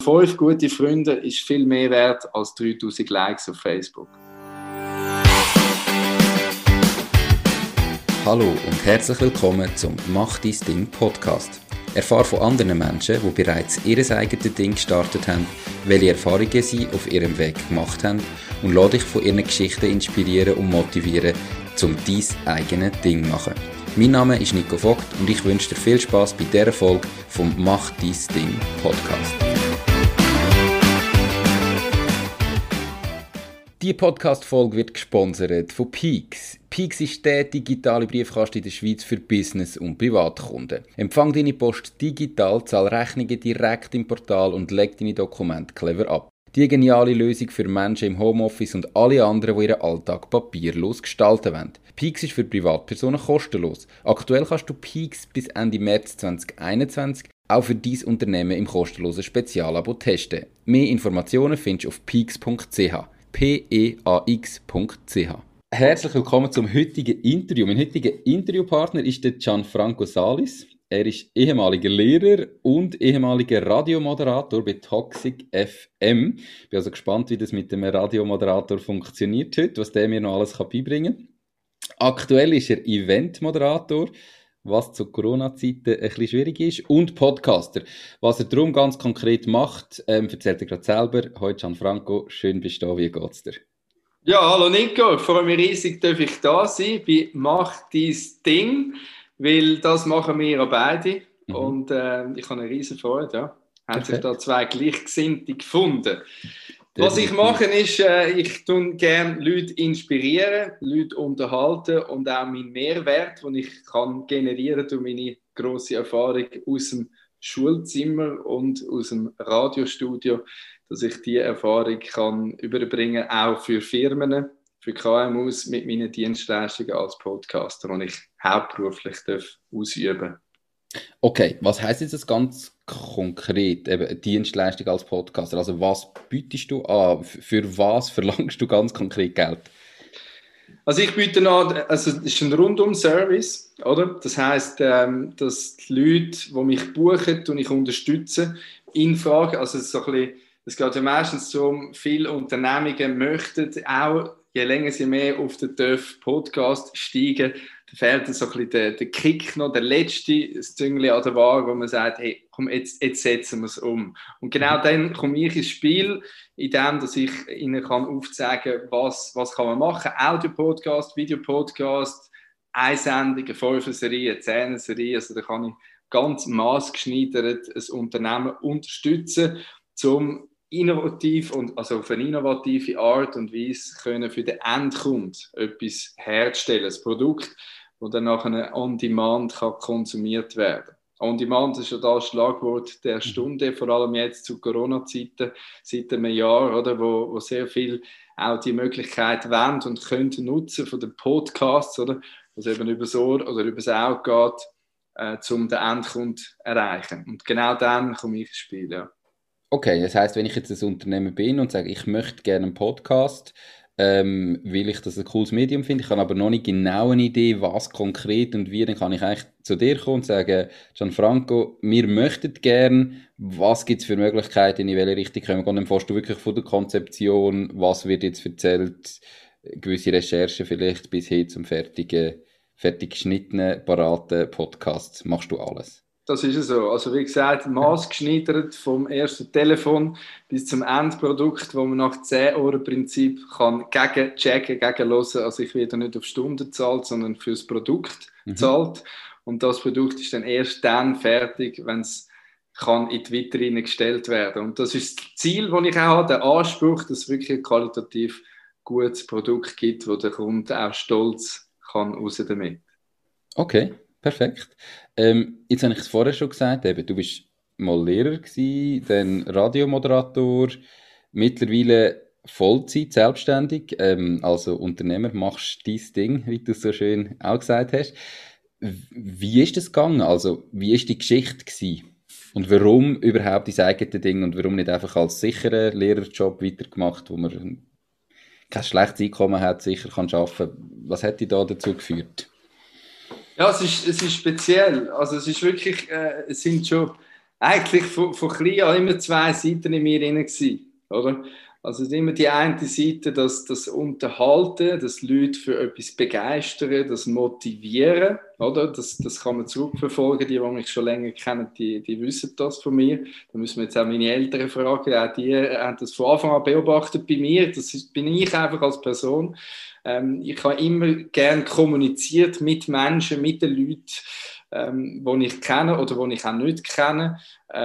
5 gute Freunde ist viel mehr wert als 3000 Likes auf Facebook. Hallo und herzlich willkommen zum Mach dein Ding Podcast. Erfahre von anderen Menschen, die bereits ihr eigenes Ding gestartet haben, welche Erfahrungen sie auf ihrem Weg gemacht haben und lass dich von ihren Geschichten inspirieren und motivieren, um dein eigenes Ding zu machen. Mein Name ist Nico Vogt und ich wünsche dir viel Spass bei dieser Folge vom Mach dein Ding Podcast. Diese Podcast-Folge wird gesponsert von Peaks. Peaks ist der digitale Briefkasten in der Schweiz für Business- und Privatkunden. Empfang deine Post digital, zahl Rechnungen direkt im Portal und leg deine Dokumente clever ab. Die geniale Lösung für Menschen im Homeoffice und alle anderen, die ihren Alltag papierlos gestalten wollen. Peaks ist für Privatpersonen kostenlos. Aktuell kannst du Peaks bis Ende März 2021 auch für dein Unternehmen im kostenlosen Spezialabo testen. Mehr Informationen findest du auf peaks.ch. peax.ch. Herzlich willkommen zum heutigen Interview. Mein heutiger Interviewpartner ist der Gianfranco Salis. Er ist ehemaliger Lehrer und ehemaliger Radiomoderator bei Toxic FM. Ich bin also gespannt, wie das mit dem Radiomoderator funktioniert heute, was der mir noch alles beibringen kann. Aktuell ist er Eventmoderator, was zu Corona-Zeiten ein bisschen schwierig ist, und Podcaster. Was er darum ganz konkret macht, erzählt er gerade selber. Heute Gianfranco, schön bist du da, wie geht's dir? Ja, hallo Nico, ich freue mich riesig, dass ich da sein bei Mach dein Ding, weil das machen wir ja beide und ich habe eine riesen Freude, ja. Haben sich da zwei Gleichgesinnte gefunden. Was ich mache ist, ich tue gerne Leute inspirieren, Leute unterhalten und auch meinen Mehrwert, den ich kann generieren durch meine grosse Erfahrung aus dem Schulzimmer und aus dem Radiostudio, dass ich diese Erfahrung kann überbringen, auch für Firmen, für KMUs mit meinen Dienstleistungen als Podcaster, die ich hauptberuflich ausüben darf. Okay, was heisst jetzt das ganz konkret, eben Dienstleistung als Podcaster? Also was bietest du an? Für was verlangst du ganz konkret Geld? Also ich biete an, also es ist ein Rundum-Service, oder? Das heisst, dass die Leute, die mich buchen und ich unterstütze, in Frage, also es geht ja meistens darum, viele Unternehmungen möchten auch, je länger sie mehr auf den Podcast steigen, da fehlt so ein bisschen der Kick noch, der letzte, das Zünglein an der Waage, wo man sagt, hey, komm, jetzt setzen wir es um. Und genau dann komme ich ins Spiel, indem dass ich Ihnen aufzeigen kann, was kann man machen. Audio-Podcast, Videopodcast, eine Sendung, eine 5er-Serie, eine 10er-Serie, also da kann ich ganz maßgeschneidert ein Unternehmen unterstützen, um innovativ und also auf eine innovative Art und Weise können für den Endkunden etwas herzustellen, ein Produkt, das dann nachher on demand kann konsumiert werden. On demand ist ja das Schlagwort der Stunde, vor allem jetzt zu Corona-Zeiten, seit einem Jahr, oder, wo sehr viel auch die Möglichkeit wollen und können nutzen von den Podcasts, oder, was eben übers Ohr oder übers Auge geht, um den Endkunden zu erreichen. Und genau dann komme ich ins Spiel, ja. Okay, das heisst, wenn ich jetzt ein Unternehmen bin und sage, ich möchte gerne einen Podcast, weil ich das ein cooles Medium finde, ich habe aber noch nicht genau eine Idee, was konkret und wie, dann kann ich eigentlich zu dir kommen und sagen, Gianfranco, wir möchten gerne, was gibt es für Möglichkeiten, in welche Richtung können wir gehen, dann fährst du wirklich von der Konzeption, was wird jetzt erzählt, gewisse Recherchen vielleicht bis hin zum fertig geschnittenen, paraten Podcast, machst du alles? Das ist es so. Also wie gesagt, maßgeschneidert vom ersten Telefon bis zum Endprodukt, wo man nach 10-Euro-Prinzip kann gegenchecken, gegenhören. Also ich werde nicht auf Stunden gezahlt, sondern fürs Produkt gezahlt. Und das Produkt ist dann erst dann fertig, wenn es kann in die Vitrine gestellt werden. Und das ist das Ziel, das ich auch habe, der Anspruch, dass es wirklich ein qualitativ gutes Produkt gibt, wo der Kunde auch stolz kann raus damit. Okay. Perfekt. Jetzt habe ich es vorher schon gesagt, eben, du bist mal Lehrer gewesen, dann Radiomoderator, mittlerweile Vollzeit, selbstständig, also Unternehmer, machst dein Ding, wie du es so schön auch gesagt hast. Wie ist das gegangen? Also, wie ist die Geschichte gewesen? Und warum überhaupt dein eigenes Ding und warum nicht einfach als sicherer Lehrerjob weitergemacht, wo man kein schlechtes Einkommen hat, sicher kann arbeiten? Was hat dich da dazu geführt? Ja, es ist speziell. Also es ist wirklich, es sind schon eigentlich von klein an immer zwei Seiten in mir drin gewesen, oder? Also es ist immer die eine Seite, das Unterhalten, das Leute für etwas begeistern, das Motivieren, oder? Das kann man zurückverfolgen. Die mich schon länger kennen, die wissen das von mir. Da müssen wir jetzt auch meine Eltern fragen. Auch die haben das von Anfang an beobachtet bei mir. Bin ich einfach als Person. Ich habe immer gerne kommuniziert mit Menschen, mit den Leuten, die ich kenne oder die ich auch nicht kenne.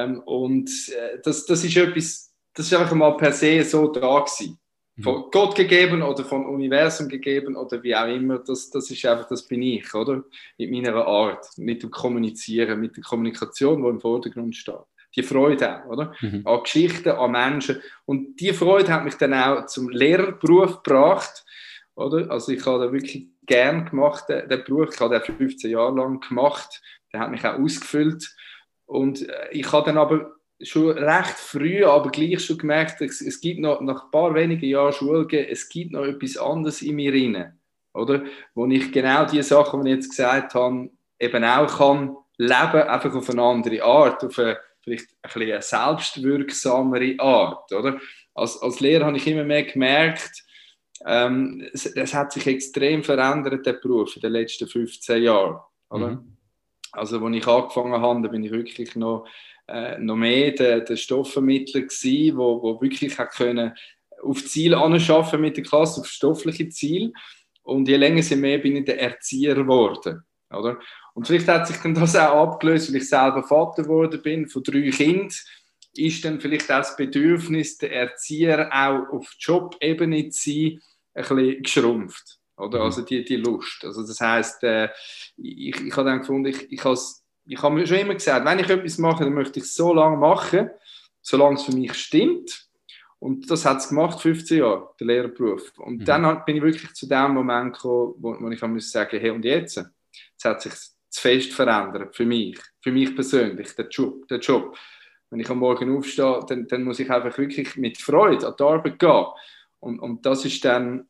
Das ist etwas, das ist einfach mal per se so da gewesen. Von Gott gegeben oder vom Universum gegeben oder wie auch immer. Das ist einfach, das bin ich, oder? Mit meiner Art, mit dem Kommunizieren, mit der Kommunikation, die im Vordergrund steht. Die Freude auch, oder? An Geschichten, an Menschen. Und die Freude hat mich dann auch zum Lehrerberuf gebracht, oder? Also ich habe den wirklich gern gemacht, den Beruf. Ich habe den 15 Jahre lang gemacht. Der hat mich auch ausgefüllt. Und ich habe dann aber schon recht früh, aber gleich schon gemerkt, es gibt noch, nach ein paar wenigen Jahren Schule, es gibt noch etwas anderes in mir drin, oder? Wo ich genau die Sachen, die ich jetzt gesagt habe, eben auch kann leben, einfach auf eine andere Art, auf eine vielleicht ein bisschen eine selbstwirksamere Art, oder? Als Lehrer habe ich immer mehr gemerkt, es hat sich extrem verändert, der Beruf in den letzten 15 Jahren, oder? Also, als ich angefangen habe, da bin ich wirklich noch mehr der Stoffvermittler gewesen, wo wirklich können auf Ziel anschaffen mit der Klasse, auf stoffliche Ziel. Und je länger je mehr bin ich der Erzieher geworden, oder? Und vielleicht hat sich dann das auch abgelöst, weil ich selber Vater geworden bin von 3 Kindern, ist dann vielleicht auch das Bedürfnis, der Erzieher auch auf Jobebene zu sein, ein bisschen geschrumpft, oder? Also die Lust. Also das heisst, ich habe dann gefunden, ich habe mir schon immer gesagt, wenn ich etwas mache, dann möchte ich es so lange machen, solange es für mich stimmt. Und das hat es gemacht, 15 Jahre, der Lehrerberuf. Und dann bin ich wirklich zu dem Moment gekommen, wo ich muss sagen, hey, und jetzt? Jetzt hat sich zu fest verändert für mich persönlich, der Job. Wenn ich am Morgen aufstehe, dann muss ich einfach wirklich mit Freude an die Arbeit gehen. Und das ist dann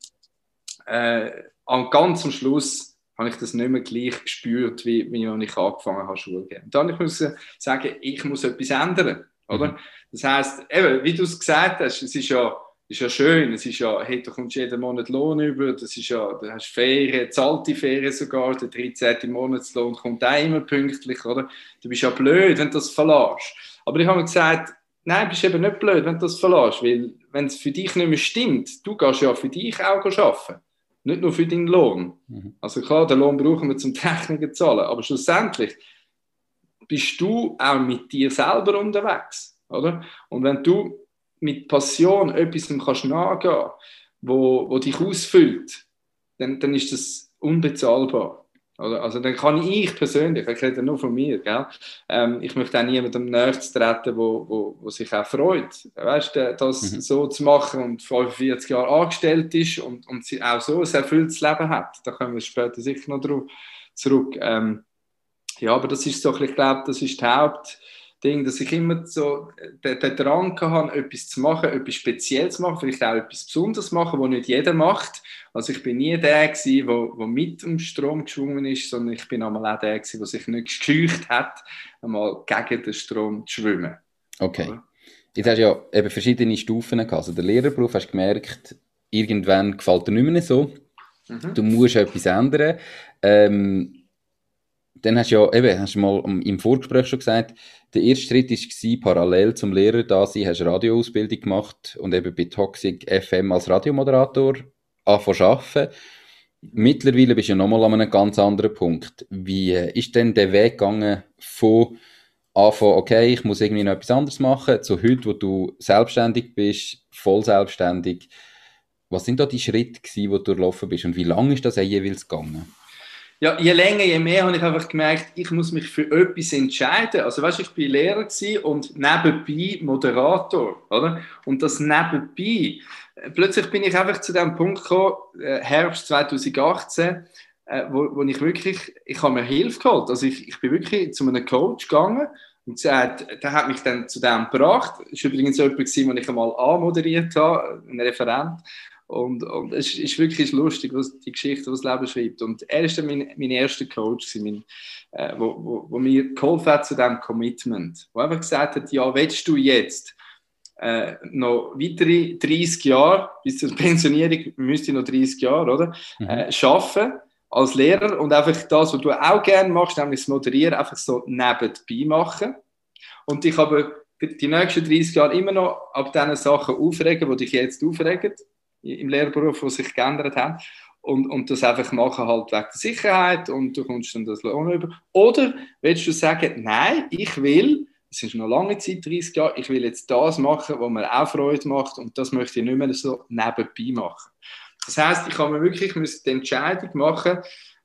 ganz am Schluss habe ich das nicht mehr gleich gespürt, wie als ich angefangen habe, Schule zu gehen. Und dann musste ich sagen, ich muss etwas ändern. Oder? Das heisst, eben, wie du es gesagt hast, es ist ja schön, es ist ja, hey, du kommst jeden Monat Lohn über, das ist ja, du hast Ferien, zahlte Ferien sogar, der 13. Monatslohn kommt auch immer pünktlich, oder? Du bist ja blöd, wenn du das verlässt. Aber ich habe mir gesagt, nein, du bist eben nicht blöd, wenn du das verlässt, weil wenn es für dich nicht mehr stimmt, du gehst ja für dich auch arbeiten. Nicht nur für deinen Lohn. Also klar, den Lohn brauchen wir zum Techniken zu zahlen, aber schlussendlich bist du auch mit dir selber unterwegs, oder? Und wenn du mit Passion etwas kannst nachgehen, wo dich ausfüllt, dann ist das unbezahlbar. Oder? Also dann kann ich persönlich, ich rede nur von mir, gell? Ich möchte auch niemandem näher treten, wo sich auch freut, weißt du, das so zu machen und 45 Jahre angestellt ist und auch so ein erfülltes Leben hat. Da kommen wir später sicher noch drauf zurück. Ja, aber das ist so, ich glaube, das ist das Hauptding, dass ich immer so den Drang hatte, etwas zu machen, etwas Spezielles zu machen, vielleicht auch etwas Besonderes zu machen, was nicht jeder macht. Also ich bin nie der gewesen, der mit dem Strom geschwungen ist, sondern ich bin einmal auch der gewesen, der sich nicht gescheucht hat, einmal gegen den Strom zu schwimmen. Okay. Oder? Jetzt hast du ja eben verschiedene Stufen gehabt. Also der Lehrerberuf, hast du gemerkt, irgendwann gefällt dir nicht mehr so. Du musst etwas ändern. Dann hast du mal im Vorgespräch schon gesagt, der erste Schritt war, parallel zum Lehrer da sein, hast Radioausbildung gemacht und eben bei Toxic FM als Radiomoderator angefangen zu arbeiten. Mittlerweile bist du ja nochmal an einem ganz anderen Punkt. Wie ist denn der Weg gegangen von anfangen, okay, ich muss irgendwie noch etwas anderes machen, zu heute, wo du selbstständig bist, voll selbstständig. Was sind da die Schritte gewesen, die du durchlaufen bist und wie lange ist das jeweils gegangen? Ja, je länger, je mehr habe ich einfach gemerkt, ich muss mich für etwas entscheiden. Also weißt, ich war Lehrer und nebenbei Moderator, oder? Und das nebenbei, plötzlich bin ich einfach zu dem Punkt gekommen, Herbst 2018, wo ich wirklich, ich habe mir Hilfe geholt. Also ich bin wirklich zu einem Coach gegangen und der hat mich dann zu dem gebracht. Das war übrigens jemand, den ich einmal anmoderiert habe, ein Referent. Und es ist wirklich lustig, was die Geschichte, was das Leben schreibt. Und er ist dann mein erster Coach, wo mir geholfen hat zu diesem Commitment. Wo einfach gesagt hat, ja, willst du jetzt noch weitere 30 Jahre, bis zur Pensionierung müsste ich noch 30 Jahre, oder? Arbeiten als Lehrer und einfach das, was du auch gerne machst, nämlich das Moderieren, einfach so nebenbei machen. Und dich aber die nächsten 30 Jahre immer noch ab diesen Sachen aufregen, die dich jetzt aufregen, im Lehrberuf, die sich geändert haben. Und das einfach machen halt wegen der Sicherheit und du kommst dann das Lohn über. Oder willst du sagen, nein, ich will, es ist noch lange Zeit, 30 Jahre, ich will jetzt das machen, was mir auch Freude macht und das möchte ich nicht mehr so nebenbei machen. Das heisst, ich habe mir wirklich die Entscheidung machen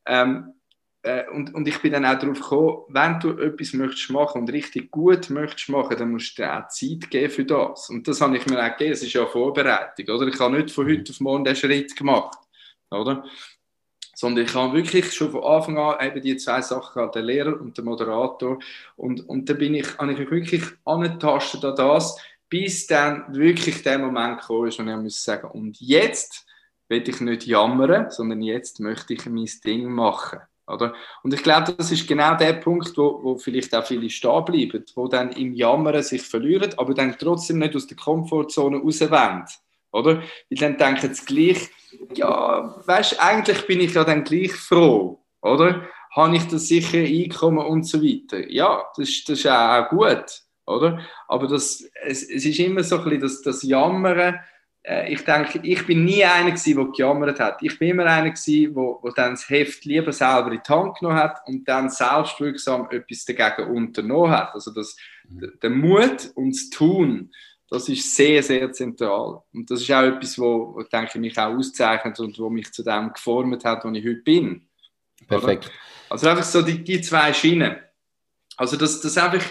und ich bin dann auch darauf gekommen, wenn du etwas möchtest machen und richtig gut möchtest machen, dann musst du dir auch Zeit geben für das. Und das habe ich mir auch gegeben, es ist ja Vorbereitung, oder? Ich habe nicht von heute auf morgen den Schritt gemacht, oder? Sondern ich habe wirklich schon von Anfang an eben die zwei Sachen gehabt, der Lehrer und der Moderator. Und dann habe ich mich wirklich angetastet an das, bis dann wirklich der Moment gekommen ist, wo ich muss sagen, und jetzt will ich nicht jammern, sondern jetzt möchte ich mein Ding machen. Oder? Und ich glaube, das ist genau der Punkt, wo vielleicht auch viele stehen bleiben, wo dann im Jammern sich verlieren, aber dann trotzdem nicht aus der Komfortzone rauswollen. Oder? Weil dann denken sie gleich, ja, weißt, eigentlich bin ich ja dann gleich froh, oder? Habe ich das sichere Einkommen und so weiter? Ja, das ist auch gut, oder? Aber es ist immer so ein bisschen das Jammern. Ich denke, ich bin nie einer gewesen, der gejammert hat. Ich bin immer einer gewesen, der dann das Heft lieber selber in die Hand genommen hat und dann selbstwirksam etwas dagegen unternommen hat. Also der Mut und das Tun, das ist sehr, sehr zentral. Und das ist auch etwas, wo denke ich, mich auch auszeichnet und wo mich zu dem geformt hat, wo ich heute bin. Perfekt. Oder? Also einfach so die zwei Schienen. Also das einfach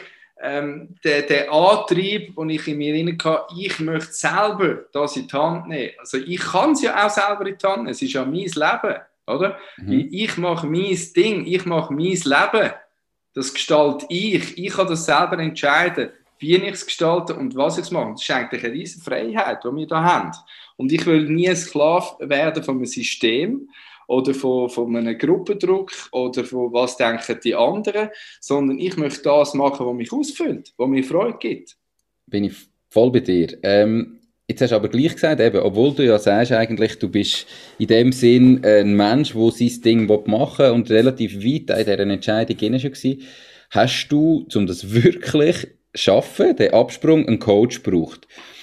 der Antrieb, den ich in mir hinein hatte, ich möchte selber das in die Hand nehmen. Also ich kann es ja auch selber in die Hand nehmen. Es ist ja mein Leben, oder? Ich mache mein Ding, ich mache mein Leben. Das gestalte ich. Ich kann das selber entscheiden, wie ich es gestalte und was ich es mache. Das ist eigentlich eine riesige Freiheit, die wir da haben. Und ich will nie Sklave werden von einem System oder von einem Gruppendruck oder von was denken die anderen, sondern ich möchte das machen, was mich ausfüllt, was mir Freude gibt. Bin ich voll bei dir. Jetzt hast du aber gleich gesagt, eben, obwohl du ja sagst, eigentlich, du bist in dem Sinn ein Mensch, der sein Ding machen will und relativ weit in dieser Entscheidung drin schon war, hast du, um das wirklich zu schaffen, den Absprung, einen Coach gebraucht.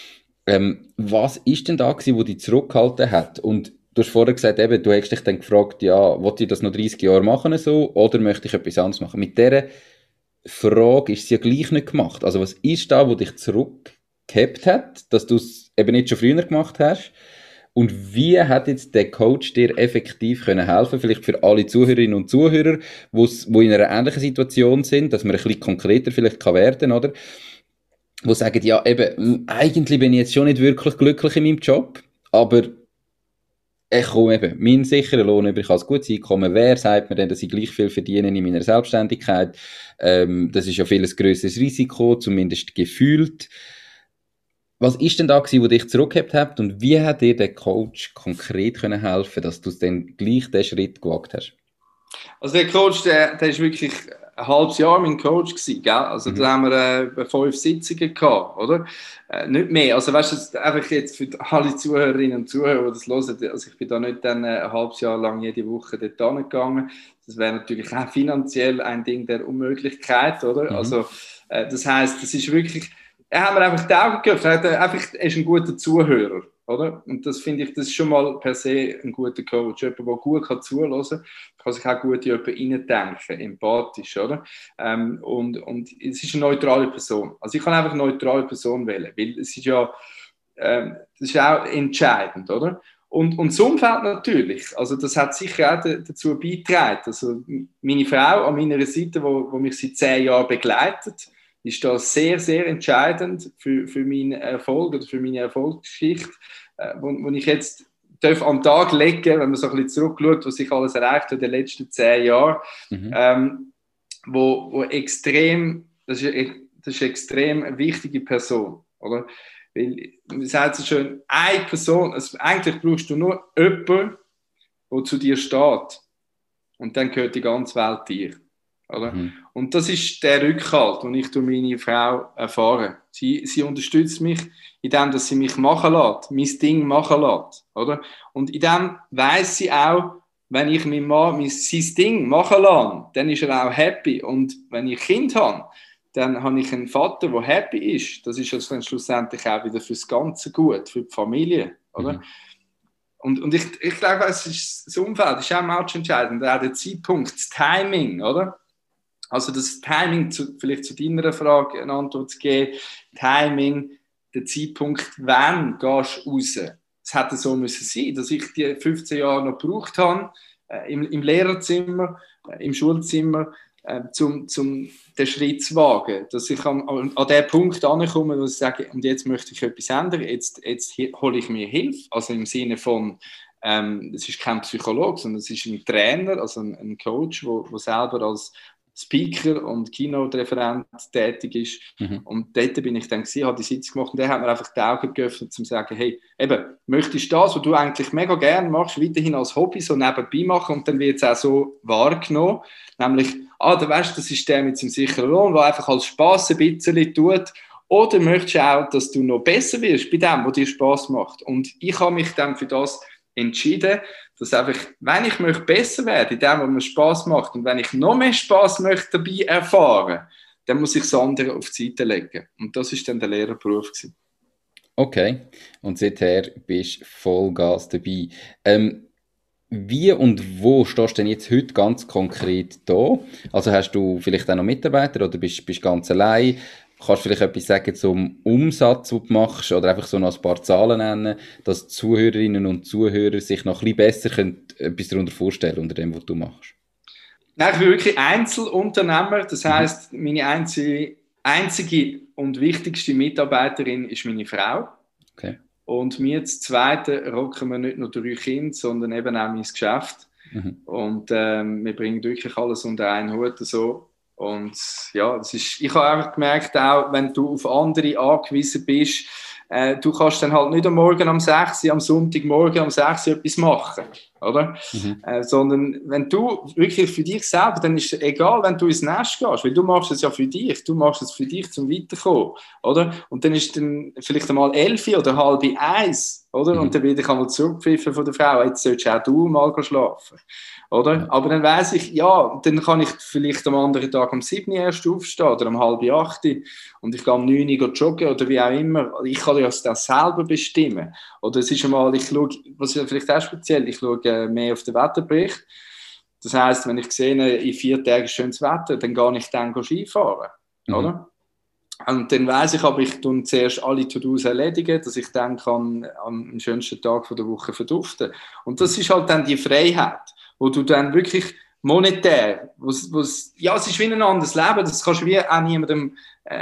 Was ist denn da gewesen, wo dich zurückgehalten hat? Und du hast vorher gesagt, eben, du hast dich dann gefragt, ja, will ich das noch 30 Jahre machen so, oder möchte ich etwas anderes machen? Mit dieser Frage ist es ja gleich nicht gemacht. Also was ist da, wo dich zurückgehabt hat, dass du es eben nicht schon früher gemacht hast? Und wie hat jetzt der Coach dir effektiv können helfen? Vielleicht für alle Zuhörerinnen und Zuhörer, die in einer ähnlichen Situation sind, dass man ein bisschen konkreter vielleicht werden kann, oder? Wo sagen, ja, eben, eigentlich bin ich jetzt schon nicht wirklich glücklich in meinem Job, aber ich komme eben, mein sicherer Lohn über, ich kann ein gutes Einkommen. Wer sagt mir denn, dass ich gleich viel verdiene in meiner Selbstständigkeit? Das ist ja viel ein grösseres Risiko, zumindest gefühlt. Was ist denn da gewesen, wo dich zurückgehabt hat und wie hat dir der Coach konkret können helfen, dass du dann gleich diesen Schritt gewagt hast? Also der Coach, der ist wirklich ein halbes Jahr mein Coach gewesen, gell? Also da haben wir 5 Sitzungen gehabt, oder? Nicht mehr. Also weißt du, einfach jetzt für alle Zuhörerinnen und Zuhörer, die das hören, also ich bin da nicht dann ein halbes Jahr lang jede Woche dort hingegangen. Das wäre natürlich auch finanziell ein Ding der Unmöglichkeit, oder? Also das heisst, das ist wirklich, er hat mir einfach die Augen geöffnet, er ist ein guter Zuhörer. Oder? Und das finde ich, das ist schon mal per se ein guter Coach. Jemand, der gut zuhören kann, kann sich auch gut in jemanden reindenken, empathisch. Oder? Und es ist eine neutrale Person. Also ich kann einfach eine neutrale Person wählen, weil es ist ja, das ist auch entscheidend. Oder? Und das Umfeld natürlich, also das hat sicher auch dazu beigetragen. Also meine Frau an meiner Seite, die mich seit 10 Jahren begleitet, ist das sehr, sehr entscheidend für meinen Erfolg oder für meine Erfolgsgeschichte, wo ich jetzt an den Tag legen, wenn man so ein bisschen zurückschaut, was ich alles erreicht habe in den letzten 10 Jahren, wo extrem, das ist eine extrem wichtige Person, oder? Weil, man sagt so schön, eine Person, also eigentlich brauchst du nur jemanden, der zu dir steht. Und dann gehört die ganze Welt dir. Oder? Mhm. Und das ist der Rückhalt, den ich durch meine Frau erfahre. Sie unterstützt mich, indem dass sie mich machen lässt, mein Ding machen lässt. Oder? Und in dem weiss sie auch, wenn ich meinen Mann sein Ding machen lasse, dann ist er auch happy. Und wenn ich Kind habe, dann habe ich einen Vater, der happy ist. Das ist also dann schlussendlich auch wieder fürs Ganze gut, für die Familie. Oder? Mhm. Und ich glaube, es ist, das Umfeld ist auch entscheidend. Auch der Zeitpunkt, das Timing, oder? Also das Timing, vielleicht zu deiner Frage eine Antwort zu geben, Timing, der Zeitpunkt, wann gehst du raus? Es hätte so müssen sein, dass ich die 15 Jahre noch gebraucht habe, im Lehrerzimmer, im Schulzimmer, zum den Schritt zu wagen. Dass ich an den Punkt ankomme, wo ich sage, und jetzt möchte ich etwas ändern, jetzt hole ich mir Hilfe. Also im Sinne von, es ist kein Psychologe, sondern es ist ein Trainer, also ein Coach, der selber als Speaker und Keynote-Referent tätig ist. Mhm. Und dort bin ich dann gewesen, habe die Sitzung gemacht und der hat mir einfach die Augen geöffnet, um zu sagen, hey, eben, möchtest du das, was du eigentlich mega gerne machst, weiterhin als Hobby so nebenbei machen und dann wird es auch so wahrgenommen, nämlich, du weißt, das ist der mit seinem sicheren Lohn, der einfach als Spass ein bisschen tut, oder möchtest du auch, dass du noch besser wirst bei dem, was dir Spass macht. Und ich habe mich dann für das entschieden, dass einfach, wenn ich möchte besser werden in dem, was mir Spass macht und wenn ich noch mehr Spass möchte dabei erfahren, dann muss ich das andere auf die Seite legen. Und das ist dann der Lehrerberuf gewesen. Okay, und seither bist du Vollgas dabei. Wie und wo stehst du denn jetzt heute ganz konkret da? Also hast du vielleicht auch noch Mitarbeiter oder bist ganz allein? Kannst du vielleicht etwas sagen zum Umsatz, den du machst, oder einfach so noch ein paar Zahlen nennen, dass die Zuhörerinnen und Zuhörer sich noch ein bisschen besser etwas darunter vorstellen unter dem, was du machst? Nein, ich bin wirklich Einzelunternehmer. Das heisst, meine einzige und wichtigste Mitarbeiterin ist meine Frau. Okay. Und mir als Zweite rocken wir nicht nur 3 Kinder, sondern eben auch mein Geschäft. Mhm. Und wir bringen wirklich alles unter einen Hut. So. Und ja, ich habe einfach gemerkt, auch wenn du auf andere angewiesen bist, du kannst dann halt nicht am Morgen am 6 Uhr, am Sonntagmorgen am 6 Uhr etwas machen, oder? Mhm. Sondern wenn du wirklich für dich selber, dann ist es egal, wenn du ins Nest gehst, weil du machst es ja für dich, du machst es für dich zum Weiterkommen, oder? Und dann ist dann vielleicht einmal 11 oder 12:30, oder? Mhm. Und dann werde ich einmal zurückpfiffen von der Frau, jetzt solltest auch du mal schlafen, oder? Ja. Aber dann weiss ich, ja, dann kann ich vielleicht am anderen Tag um 7 Uhr erst aufstehen oder um 7:30 und ich gehe um 9 Uhr joggen oder wie auch immer. Ich kann das selber bestimmen. Oder es ist einmal, ich schaue, was ist vielleicht auch speziell, ich schaue mehr auf den Wetterbericht. Das heisst, wenn ich sehe, in 4 Tagen schönes Wetter, dann gehe ich dann Skifahren, oder? Und dann weiss ich, aber ich tue zuerst alle To-Dos erledigen, dass ich dann kann am schönsten Tag der Woche verduften. Und das ist halt dann die Freiheit, wo du dann wirklich monetär, ja, es ist wie ein anderes Leben, das kannst du wie auch niemandem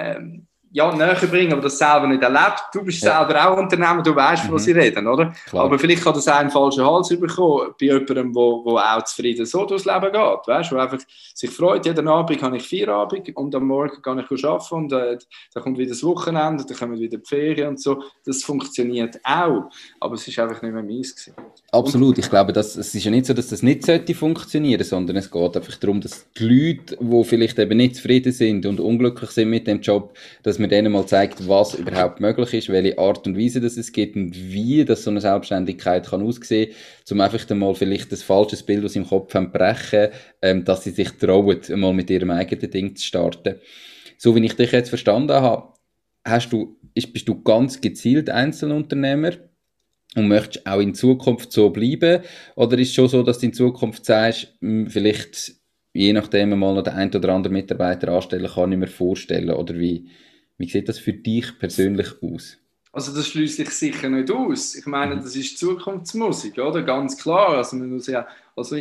näher bringen, aber das selber nicht erlebt. Du bist selber auch Unternehmer, du weißt, von was ich rede, oder? Klar. Aber vielleicht kann das auch einen falschen Hals bekommen bei jemandem, der auch zufrieden so durchs Leben geht, weißt du, einfach sich freut, jeden Abend habe ich Feierabend und am Morgen kann ich arbeiten und dann kommt wieder das Wochenende, dann kommen wieder die Ferien und so. Das funktioniert auch, aber es ist einfach nicht mehr meins gewesen. Absolut, ich glaube, es ist ja nicht so, dass das nicht funktionieren sollte, sondern es geht einfach darum, dass die Leute, die vielleicht eben nicht zufrieden sind und unglücklich sind mit dem Job, dass man denen mal zeigt, was überhaupt möglich ist, welche Art und Weise das es gibt und wie das so eine Selbstständigkeit kann aussehen, um einfach dann mal vielleicht das falsche Bild, das sie im Kopf haben, brechen, dass sie sich trauen, mal mit ihrem eigenen Ding zu starten. So wie ich dich jetzt verstanden habe, bist du ganz gezielt Einzelunternehmer und möchtest auch in Zukunft so bleiben? Oder ist es schon so, dass du in Zukunft sagst, vielleicht je nachdem mal noch den einen oder anderen Mitarbeiter anstellen, kann ich mir vorstellen? Oder wie sieht das für dich persönlich aus? Also das schließt sich sicher nicht aus. Ich meine, das ist Zukunftsmusik, oder? Ganz klar. Also man muss ja als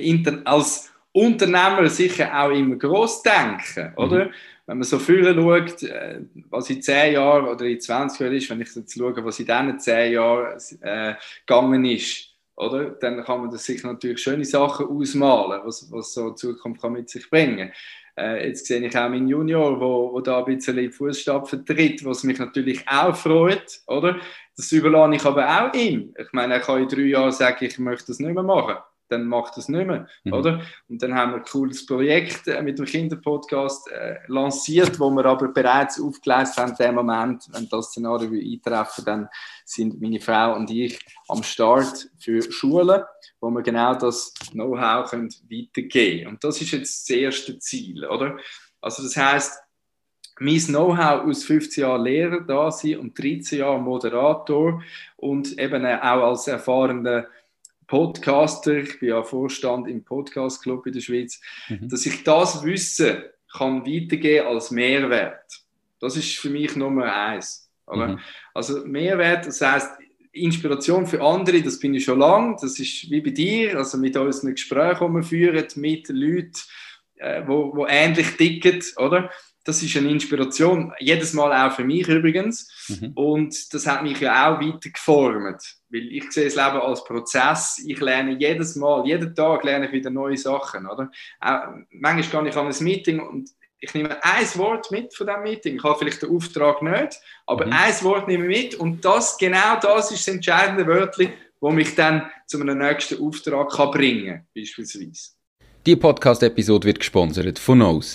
Unternehmer sicher auch immer gross denken, oder? Wenn man so früher schaut, was in 10 Jahren oder in 20 Jahren ist, wenn ich jetzt schaue, was in diesen 10 Jahren gegangen ist, oder? Dann kann man das sich natürlich schöne Sachen ausmalen, was so die Zukunft kann mit sich bringen. Jetzt sehe ich auch meinen Junior, wo da ein bisschen in die Fußstapfen tritt, was mich natürlich auch freut, oder? Das überlasse ich aber auch ihm. Ich meine, er kann in 3 Jahren sagen, ich möchte das nicht mehr machen. Dann macht das nicht mehr, oder? Und dann haben wir ein cooles Projekt mit dem Kinderpodcast lanciert, wo wir aber bereits aufgeleistet haben, in dem Moment, wenn das Szenario eintreffen, dann sind meine Frau und ich am Start für Schulen, wo wir genau das Know-how weitergeben können. Und das ist jetzt das erste Ziel, oder? Also das heisst, mein Know-how aus 15 Jahren Lehrer da sein und 13 Jahren Moderator und eben auch als erfahrener Podcaster, ich bin ja Vorstand im Podcast Club in der Schweiz, dass ich das Wissen kann weitergeben als Mehrwert. Das ist für mich Nummer 1. Oder? Also Mehrwert, das heisst Inspiration für andere, das bin ich schon lange, das ist wie bei dir, also mit unseren Gesprächen, die wir führen, mit Leuten, die ähnlich ticken, oder? Das ist eine Inspiration, jedes Mal auch für mich übrigens. Und das hat mich ja auch weiter geformt, weil ich sehe das Leben als Prozess. Ich lerne jedes Mal, jeden Tag lerne ich wieder neue Sachen, oder? Manchmal gehe ich an ein Meeting und ich nehme ein Wort mit von diesem Meeting. Ich habe vielleicht den Auftrag nicht, aber ein Wort nehme ich mit und genau das ist das entscheidende Wörtchen, das mich dann zu einem nächsten Auftrag bringen kann, beispielsweise. Die Podcast-Episode wird gesponsert von Knows.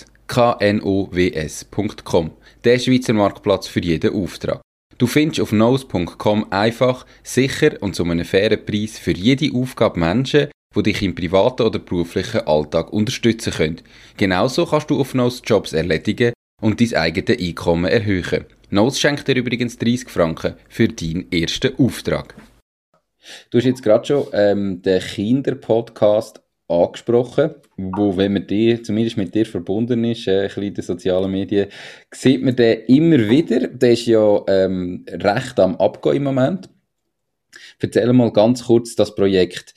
knows.com, der Schweizer Marktplatz für jeden Auftrag. Du findest auf knows.com einfach, sicher und zu einem fairen Preis für jede Aufgabe Menschen, die dich im privaten oder beruflichen Alltag unterstützen können. Genauso kannst du auf Knows Jobs erledigen und dein eigenes Einkommen erhöhen. Knows schenkt dir übrigens 30 Franken für deinen ersten Auftrag. Du hast jetzt gerade schon den Kinderpodcast angesprochen, wo, wenn man zumindest mit dir verbunden ist, ein bisschen in den sozialen Medien, sieht man den immer wieder. Der ist ja recht am Abgehen im Moment. Erzähl mal ganz kurz das Projekt.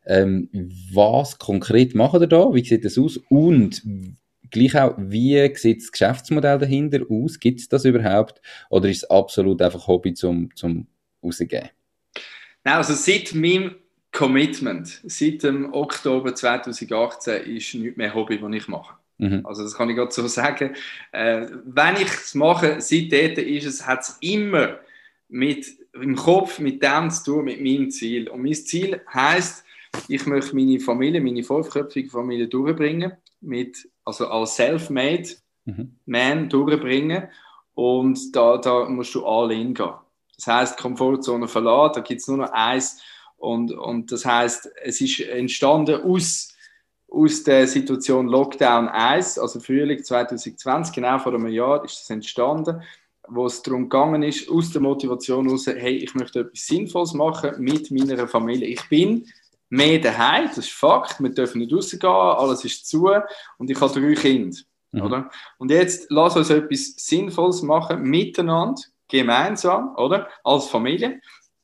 Was konkret macht ihr da? Wie sieht das aus? Und gleich auch, wie sieht das Geschäftsmodell dahinter aus? Gibt es das überhaupt? Oder ist es absolut einfach Hobby zum Rausgeben? Nein, also seit meinem Commitment, seit dem Oktober 2018 ist nichts mehr Hobby, das ich mache. Also das kann ich gerade so sagen. Wenn ich es mache, seitdem hat es immer im Kopf mit dem zu tun, mit meinem Ziel. Und mein Ziel heisst, ich möchte meine Familie, meine 5-köpfige Familie durchbringen, also als Self-Made Man durchbringen. Und da musst du all in gehen. Das heisst, Komfortzone verlassen, da gibt es nur noch eins. Und das heisst, es ist entstanden aus der Situation Lockdown 1, also Frühling 2020, genau vor einem Jahr ist das entstanden, wo es darum gegangen ist, aus der Motivation heraus, hey, ich möchte etwas Sinnvolles machen mit meiner Familie. Ich bin mehr daheim, das ist Fakt, wir dürfen nicht rausgehen, alles ist zu und ich habe 3 Kinder. Oder? Und jetzt lass uns etwas Sinnvolles machen, miteinander, gemeinsam, oder? Als Familie.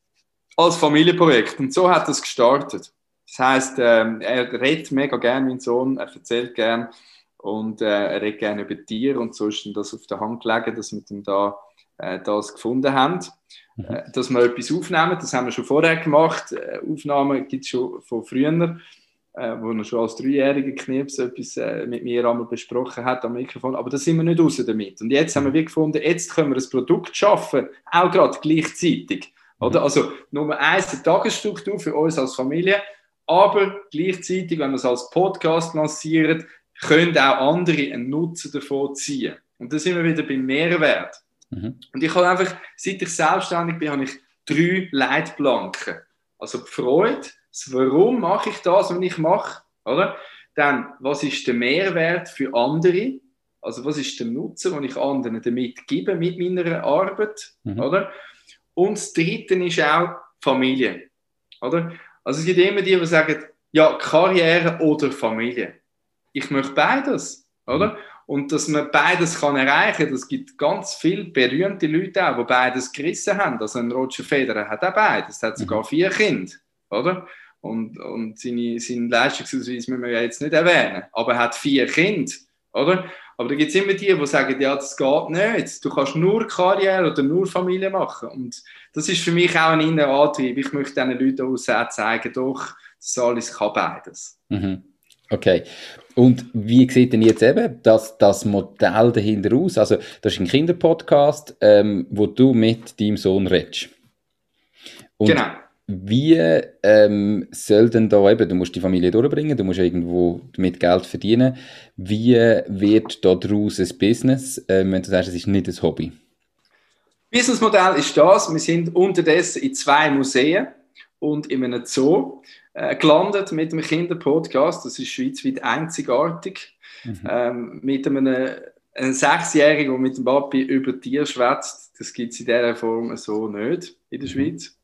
Als Familienprojekt. Und so hat es gestartet. Das heisst, er redet mega gerne, mein Sohn, er erzählt gerne und er redet gerne über Tiere und so ist ihm das auf der Hand gelegen, dass wir dann da das gefunden haben. Dass wir etwas aufnehmen, das haben wir schon vorher gemacht. Aufnahmen gibt es schon von früher, wo er schon als 3-jähriger Knirps etwas mit mir einmal besprochen hat am Mikrofon, aber da sind wir nicht raus damit. Und jetzt haben wir gefunden, jetzt können wir ein Produkt schaffen, auch gerade gleichzeitig. Oder? Also Nummer 1, die Tagesstruktur für uns als Familie, aber gleichzeitig, wenn wir es als Podcast lancieren, können auch andere einen Nutzen davon ziehen. Und da sind wir wieder beim Mehrwert. Und ich habe einfach, seit ich selbstständig bin, habe ich 3 Leitplanken. Also die Freude, das Warum mache ich das, was ich mache, oder? Dann, was ist der Mehrwert für andere? Also was ist der Nutzen, den ich anderen damit gebe mit meiner Arbeit, oder? Und das Dritte ist auch Familie, oder? Also es gibt immer die sagen, ja, Karriere oder Familie. Ich möchte beides, oder? Und dass man beides kann erreichen kann, das gibt ganz viele berühmte Leute auch, die beides gerissen haben. Also ein Roger Federer hat auch beides, hat sogar 4 Kinder, oder? Und seinen Leistungsausweis müssen wir ja jetzt nicht erwähnen, aber er hat 4 Kinder, oder? Aber da gibt es immer die sagen, ja, das geht nicht. Du kannst nur Karriere oder nur Familie machen. Und das ist für mich auch ein innerer Antrieb. Ich möchte diesen Leuten auch zeigen, doch, das alles kann beides. Okay. Und wie sieht denn jetzt eben das Modell dahinter aus? Also, das ist ein Kinderpodcast, wo du mit deinem Sohn redest. Und Genau. wie soll denn da eben, du musst die Familie durchbringen, du musst irgendwo damit Geld verdienen. Wie wird da daraus ein Business, wenn du sagst, es ist nicht ein Hobby? Businessmodell ist das. Wir sind unterdessen in 2 Museen und in einem Zoo gelandet mit einem Kinderpodcast. Das ist schweizweit einzigartig. Mit einem 6-Jährigen, der mit dem Papi über Tiere schwätzt. Das gibt es in dieser Form so nicht in der Schweiz.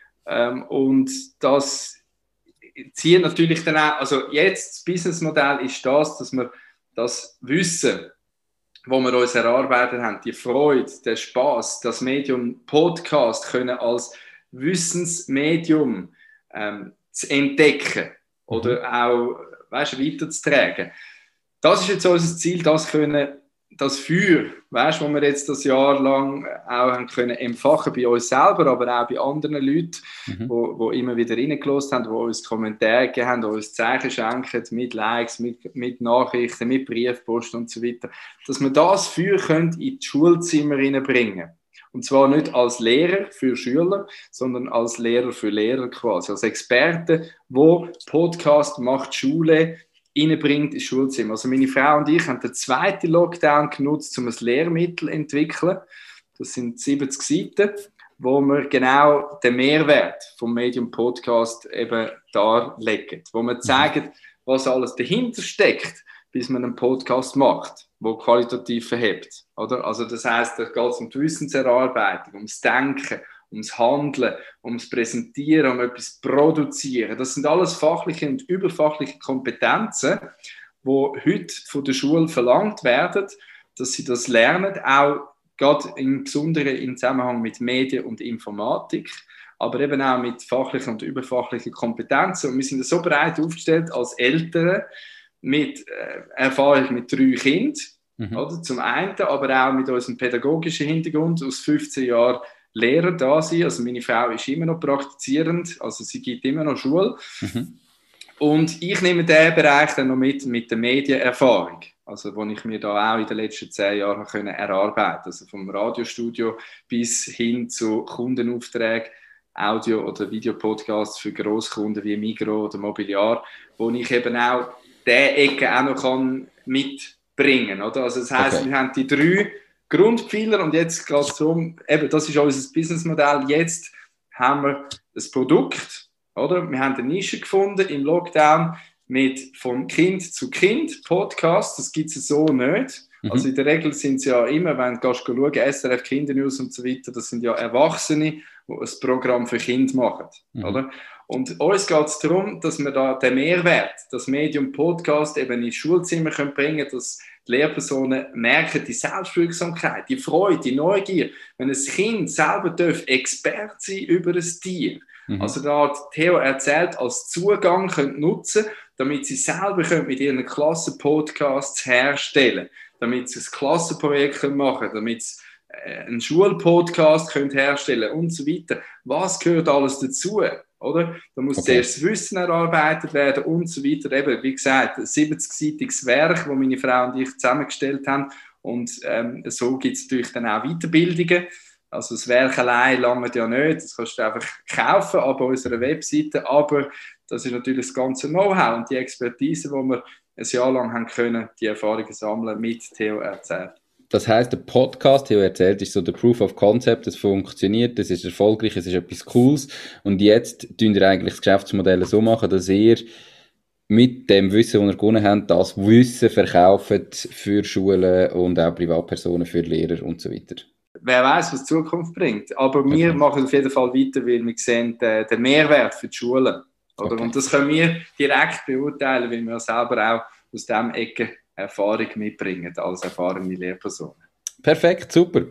Und das zieht natürlich dann auch, also jetzt das Businessmodell ist das, dass wir das Wissen, wo wir uns erarbeitet haben, die Freude, der Spaß, das Medium Podcast können als Wissensmedium zu entdecken oder auch weiterzutragen. Das ist jetzt unser Ziel, das Feuer, wo wir jetzt das Jahr lang auch haben können entfachen bei uns selber, aber auch bei anderen Leuten, die immer wieder reingelassen haben, die uns Kommentare gegeben haben, die uns Zeichen schenken, mit Likes, mit Nachrichten, mit Briefpost und so weiter, dass wir das Feuer können in die Schulzimmer reinbringen. Und zwar nicht als Lehrer für Schüler, sondern als Lehrer für Lehrer quasi, als Experte, wo Podcast macht Schule reinbringt ins Schulzimmer. Also meine Frau und ich haben den 2. Lockdown genutzt, um ein Lehrmittel zu entwickeln. Das sind 70 Seiten, wo wir genau den Mehrwert vom Medium Podcast eben darlegen. Wo wir zeigen, was alles dahinter steckt, bis man einen Podcast macht, der qualitativ verhebt. Oder? Also das heisst, da geht es um die Wissenserarbeitung, ums Denken, ums Handeln, ums Präsentieren, um etwas zu produzieren. Das sind alles fachliche und überfachliche Kompetenzen, die heute von der Schule verlangt werden, dass sie das lernen, auch gerade im Besonderen im Zusammenhang mit Medien und Informatik, aber eben auch mit fachlichen und überfachlichen Kompetenzen. Und wir sind so breit aufgestellt als Eltern mit Erfahrung mit 3 Kindern, oder? Zum einen, aber auch mit unserem pädagogischen Hintergrund aus 15 Jahren Lehrer da sein. Also meine Frau ist immer noch praktizierend, also sie gibt immer noch Schule. Und ich nehme diesen Bereich dann noch mit der Medienerfahrung, also wo ich mir da auch in den letzten 10 Jahren erarbeiten konnte. Also vom Radiostudio bis hin zu Kundenaufträgen, Audio- oder Videopodcasts für Grosskunden wie Migros oder Mobiliar, wo ich eben auch diese Ecke auch noch mitbringen kann. Oder? Also das heisst, wir haben die 3 Grundpfeiler und jetzt geht es darum, eben, das ist unser Businessmodell, jetzt haben wir das Produkt, oder? Wir haben eine Nische gefunden im Lockdown mit von Kind zu Kind Podcast, das gibt es so nicht. Also in der Regel sind es ja immer, wenn du schauen, SRF Kindernews und so weiter, das sind ja Erwachsene, die ein Programm für Kinder machen, oder? Und uns geht es darum, dass wir da den Mehrwert, das Medium Podcast eben ins Schulzimmer bringen können, dass die Lehrpersonen merken, die Selbstwirksamkeit, die Freude, die Neugier, wenn ein Kind selber Experte sein über ein Tier. Also da hat Theo erzählt, als Zugang können nutzen, damit sie selber mit ihren Klassenpodcasts herstellen, damit sie ein Klassenprojekt machen können, damit sie einen Schulpodcast herstellen und so weiter. Was gehört alles dazu? Oder? Da muss zuerst das Wissen erarbeitet werden und so weiter. Eben, wie gesagt, ein 70-seitiges Werk, das meine Frau und ich zusammengestellt haben. Und so gibt es natürlich dann auch Weiterbildungen. Also das Werk allein lange ja nicht, das kannst du einfach kaufen ab unserer Webseite, aber das ist natürlich das ganze Know-how und die Expertise, die wir ein Jahr lang haben können, die Erfahrungen sammeln mit Theo erzählt. Das heisst, der Podcast, Theo erzählt, ist so der Proof of Concept, das funktioniert, das ist erfolgreich, es ist etwas Cooles und jetzt tun ihr eigentlich das Geschäftsmodell so machen, dass ihr mit dem Wissen, das ihr gewonnen habt, das Wissen verkauft für Schulen und auch Privatpersonen, für Lehrer und so weiter. Wer weiß, was die Zukunft bringt. Aber wir machen auf jeden Fall weiter, weil wir sehen den Mehrwert für die Schulen. Oder? Und das können wir direkt beurteilen, weil wir selber auch aus dieser Ecke Erfahrung mitbringen, als erfahrene Lehrpersonen. Perfekt, super.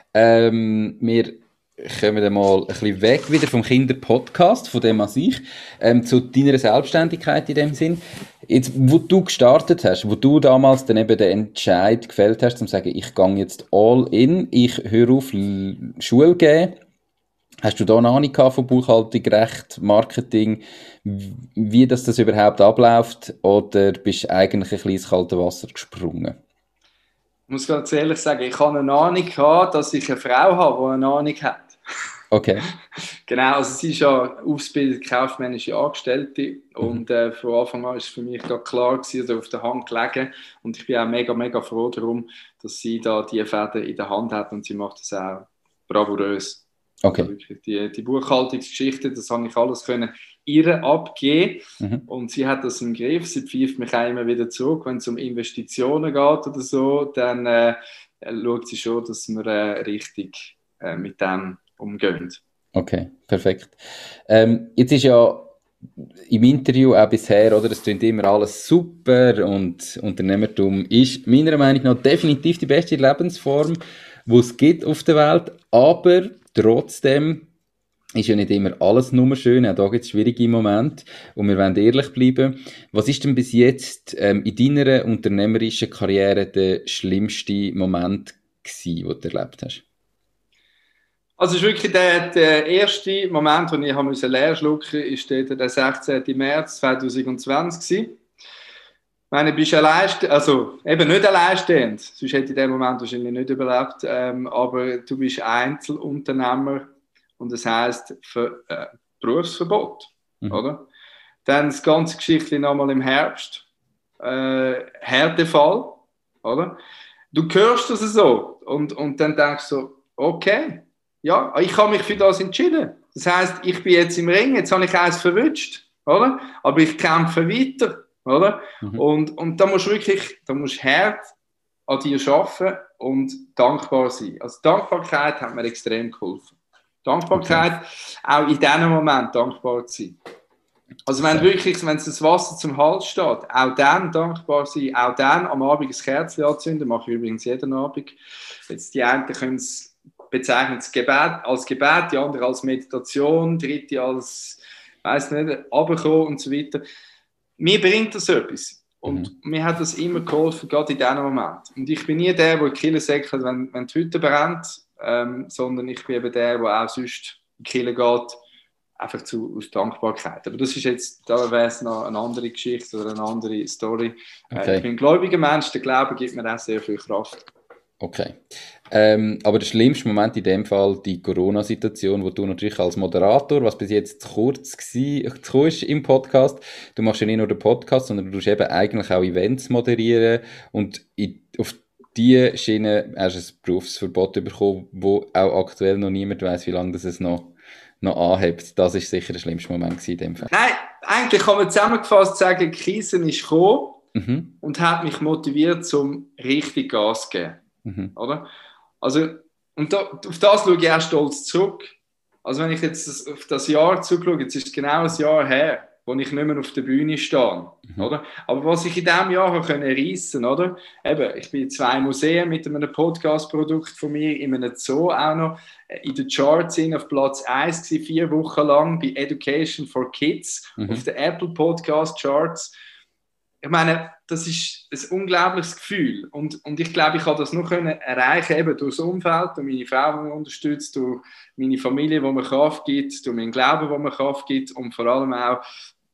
Wir kommen dann mal ein bisschen weg wieder vom Kinderpodcast, von dem an sich, zu deiner Selbstständigkeit in dem Sinn. Jetzt, wo du gestartet hast, wo du damals dann eben den Entscheid gefällt hast, um zu sagen, ich gehe jetzt all in, ich höre auf Schule geben, Hast du da eine Ahnung gehabt von Buchhaltung, Recht, Marketing, wie das überhaupt abläuft, oder bist du eigentlich ein bisschen ins kalte Wasser gesprungen? Ich muss ganz ehrlich sagen, ich habe eine Ahnung gehabt, dass ich eine Frau habe, die eine Ahnung hat. Okay. Genau, also sie ist ja ausgebildete kaufmännische Angestellte und von Anfang an ist es für mich da klar gewesen, also auf der Hand gelegen, und ich bin auch mega, mega froh darum, dass sie da die Fäden in der Hand hat, und sie macht das auch bravourös. Okay. Also wirklich die Buchhaltungsgeschichte, das habe ich alles können ihr abgeben, und sie hat das im Griff. Sie pfeift mich auch immer wieder zurück, wenn es um Investitionen geht oder so, dann schaut sie schon, dass wir richtig mit dem umgehen. Okay, perfekt. Jetzt ist ja im Interview auch bisher, oder, es klingt immer alles super, und Unternehmertum ist meiner Meinung nach definitiv die beste Lebensform, die es gibt auf der Welt, aber trotzdem ist ja nicht immer alles nur schön, auch da gibt es schwierige Momente, und wir wollen ehrlich bleiben. Was ist denn bis jetzt in deiner unternehmerischen Karriere der schlimmste Moment gewesen, den du erlebt hast? Also es ist wirklich der erste Moment, wo ich leer schlucken musste, ist der 16. März 2020 gewesen. Ich meine, du bist also eben nicht alleinstehend, sonst hätte ich den Moment wahrscheinlich nicht überlebt, aber du bist Einzelunternehmer, und das heisst Berufsverbot, oder? Dann das ganze Geschichtchen nochmal im Herbst, Härtefall, oder? Du hörst das so und dann denkst du so, okay, ja, ich habe mich für das entschieden. Das heisst, ich bin jetzt im Ring, jetzt habe ich eins verwünscht, oder? Aber ich kämpfe weiter, oder? Und da musst du hart an dir arbeiten und dankbar sein. Also Dankbarkeit hat mir extrem geholfen. Dankbarkeit, auch in diesem Moment dankbar zu sein. Also wenn das Wasser zum Hals steht, auch dann dankbar sein, auch dann am Abend ein Kerzchen anzünden, mache ich übrigens jeden Abend. Jetzt die einen können es bezeichnen als Gebet, die anderen als Meditation, die dritte als, weiss nicht, runterkommen und so weiter. Mir bringt das etwas. Und mir hat das immer geholfen, gerade in diesem Moment. Und ich bin nie der in die Kirche sagt, wenn die Hütte brennt, sondern ich bin eben der auch sonst in die Kirche geht, einfach aus Dankbarkeit. Aber das ist jetzt, da wäre es noch eine andere Geschichte oder eine andere Story. Okay. Ich bin ein gläubiger Mensch, der Glaube gibt mir auch sehr viel Kraft. Okay. Aber der schlimmste Moment in dem Fall die Corona-Situation, wo du natürlich als Moderator, was bis jetzt zu kurz war im Podcast, du machst ja nicht nur den Podcast, sondern du tust eben eigentlich auch Events moderieren, und auf diese Schiene hast du ein Berufsverbot bekommen, wo auch aktuell noch niemand weiss, wie lange das es noch anhebt. Das ist sicher der schlimmste Moment in dem Fall. Nein, eigentlich kann man zusammengefasst sagen, die Krise ist gekommen und hat mich motiviert, zum richtig Gas zu geben. Oder? Also, und auf das schaue ich auch stolz zurück. Also wenn ich jetzt auf das Jahr zurückschaue, jetzt ist es genau ein Jahr her, wo ich nicht mehr auf der Bühne stehe. Oder? Aber was ich in diesem Jahr reissen konnte, oder? Eben, ich bin in 2 Museen mit einem Podcast-Produkt von mir, in einem Zoo auch noch, in den Charts auf Platz 1 gewesen, 4 Wochen lang, bei Education for Kids, auf den Apple Podcast Charts. Ich meine, das ist ein unglaubliches Gefühl. Und ich glaube, ich habe das nur erreichen, eben durch das Umfeld, durch meine Frau, die mich unterstützt, durch meine Familie, die mir Kraft gibt, durch meinen Glauben, der mir Kraft gibt, und vor allem auch,